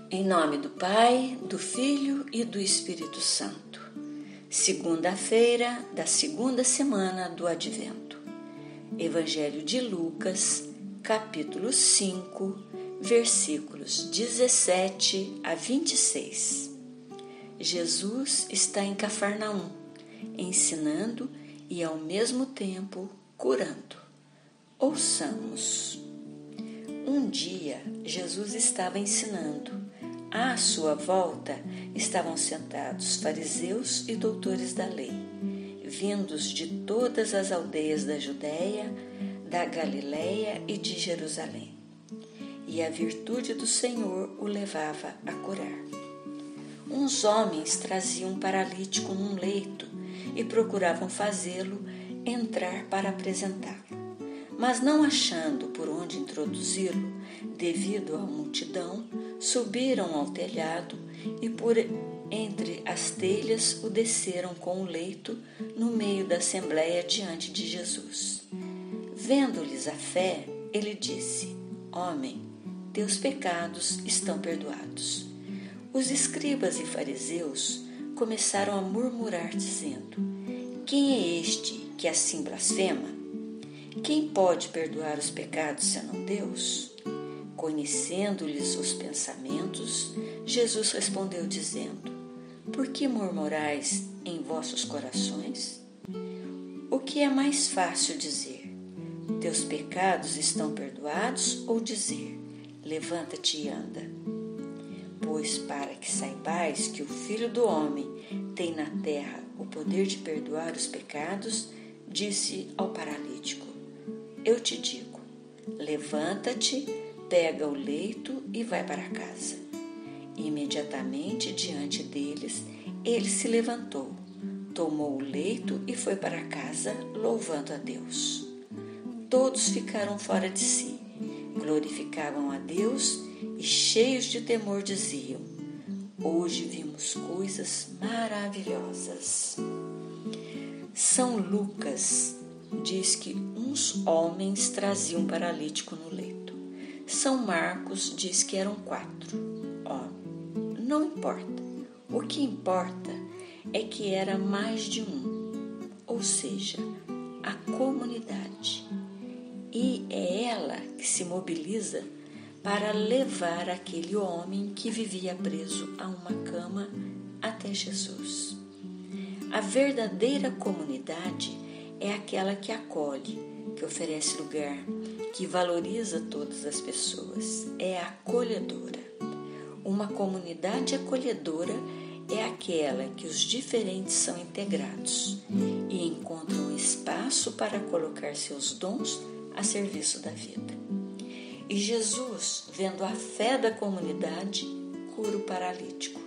Em nome do Pai, do Filho e do Espírito Santo. Segunda-feira da segunda semana do Advento. Evangelho de Lucas, capítulo 5, versículos 17 a 26. Jesus está em Cafarnaum, ensinando e ao mesmo tempo curando. Ouçamos. Um dia, Jesus estava ensinando. À sua volta estavam sentados fariseus e doutores da lei, vindos de todas as aldeias da Judéia, da Galiléia e de Jerusalém. E a virtude do Senhor o levava a curar. Uns homens traziam um paralítico num leito e procuravam fazê-lo entrar para apresentá-lo. Mas não achando por onde introduzi-lo, devido à multidão, subiram ao telhado e por entre as telhas o desceram com o leito no meio da assembleia diante de Jesus. Vendo-lhes a fé, ele disse: Homem, teus pecados estão perdoados. Os escribas e fariseus começaram a murmurar, dizendo: Quem é este que assim blasfema? Quem pode perdoar os pecados senão Deus? Conhecendo-lhes os pensamentos, Jesus respondeu dizendo: Por que murmurais em vossos corações? O que é mais fácil dizer: Teus pecados estão perdoados, ou dizer: Levanta-te e anda? Pois para que saibais que o Filho do Homem tem na terra o poder de perdoar os pecados, disse ao paralítico: Eu te digo, levanta-te, pega o leito e vai para casa. Imediatamente diante deles, ele se levantou, tomou o leito e foi para casa, louvando a Deus. Todos ficaram fora de si, glorificavam a Deus e, cheios de temor, diziam: Hoje vimos coisas maravilhosas. São Lucas diz que uns homens traziam um paralítico no leito. São Marcos diz que eram 4. Não importa. O que importa é que era mais de um, ou seja, a comunidade. E é ela que se mobiliza para levar aquele homem que vivia preso a uma cama até Jesus. A verdadeira comunidade é aquela que acolhe, que oferece lugar, que valoriza todas as pessoas, é acolhedora. Uma comunidade acolhedora é aquela que os diferentes são integrados e encontram espaço para colocar seus dons a serviço da vida. E Jesus, vendo a fé da comunidade, cura o paralítico.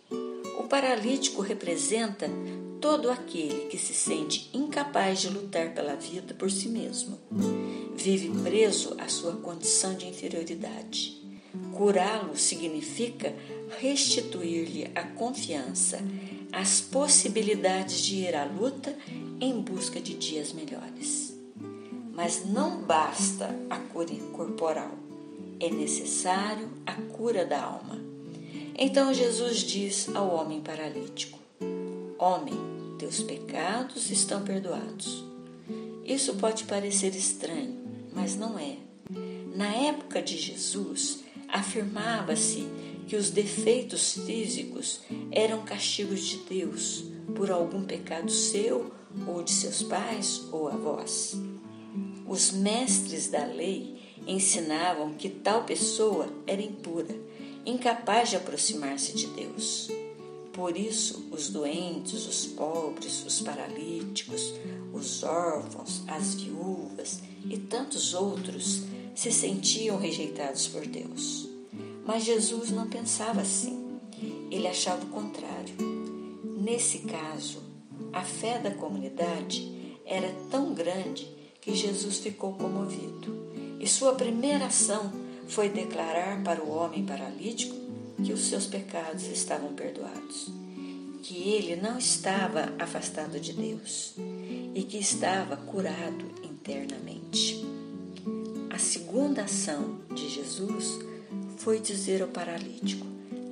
O paralítico representa todo aquele que se sente incapaz de lutar pela vida por si mesmo. Vive preso à sua condição de inferioridade. Curá-lo significa restituir-lhe a confiança, as possibilidades de ir à luta em busca de dias melhores. Mas não basta a cura corporal, é necessário a cura da alma. Então Jesus diz ao homem paralítico: Homem, teus pecados estão perdoados. Isso pode parecer estranho, mas não é. Na época de Jesus, afirmava-se que os defeitos físicos eram castigos de Deus por algum pecado seu, ou de seus pais ou avós. Os mestres da lei ensinavam que tal pessoa era impura, incapaz de aproximar-se de Deus. Por isso, os doentes, os pobres, os paralíticos, os órfãos, as viúvas e tantos outros se sentiam rejeitados por Deus. Mas Jesus não pensava assim. Ele achava o contrário. Nesse caso, a fé da comunidade era tão grande que Jesus ficou comovido. E sua primeira ação foi declarar para o homem paralítico que os seus pecados estavam perdoados, que ele não estava afastado de Deus e que estava curado internamente. A segunda ação de Jesus foi dizer ao paralítico: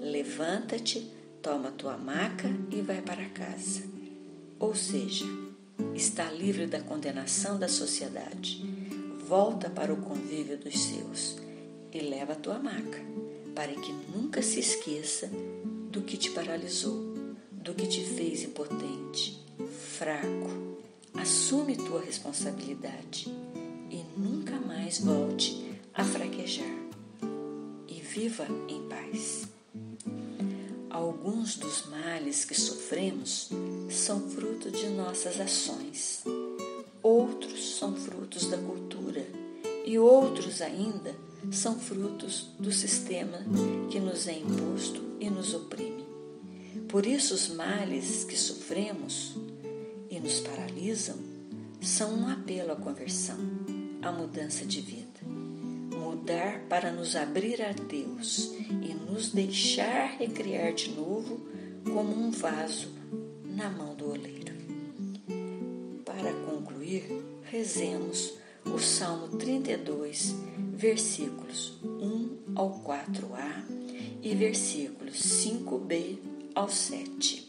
levanta-te, toma tua maca e vai para casa. Ou seja, está livre da condenação da sociedade. Volta para o convívio dos seus e leva a tua maca, para que nunca se esqueça do que te paralisou, do que te fez impotente, fraco. Assume tua responsabilidade e nunca mais volte a fraquejar. E viva em paz. Alguns dos males que sofremos são fruto de nossas ações. Outros são frutos da cultura e outros ainda são frutos do sistema que nos é imposto e nos oprime. Por isso os males que sofremos e nos paralisam são um apelo à conversão, à mudança de vida. Mudar para nos abrir a Deus e nos deixar recriar de novo como um vaso na mão do oleiro. Para concluir, rezemos o Salmo 32, versículos 1 ao 4a e versículos 5b ao 7.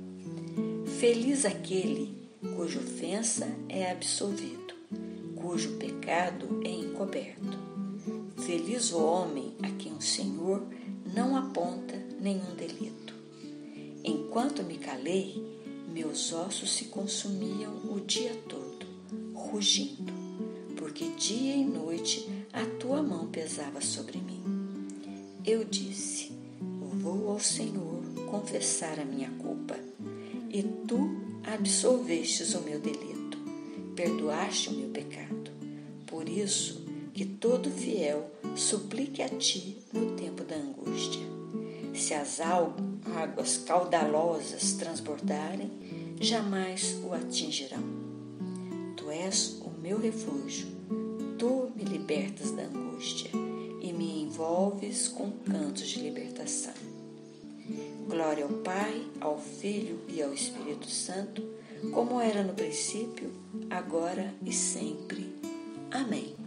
Feliz aquele cuja ofensa é absolvido, cujo pecado é encoberto. Feliz o homem a quem o Senhor não aponta nenhum delito. Enquanto me calei, meus ossos se consumiam o dia todo, rugindo, porque dia e noite a tua mão pesava sobre mim. Eu disse: vou ao Senhor confessar a minha culpa, e tu absolvestes o meu delito, perdoaste o meu pecado. Por isso, que todo fiel suplique a ti no tempo da angústia. Se as águas caudalosas transbordarem, jamais o atingirão. Tu és o meu refúgio, tu me libertas da angústia e me envolves com cantos de libertação. Glória ao Pai, ao Filho e ao Espírito Santo, como era no princípio, agora e sempre. Amém.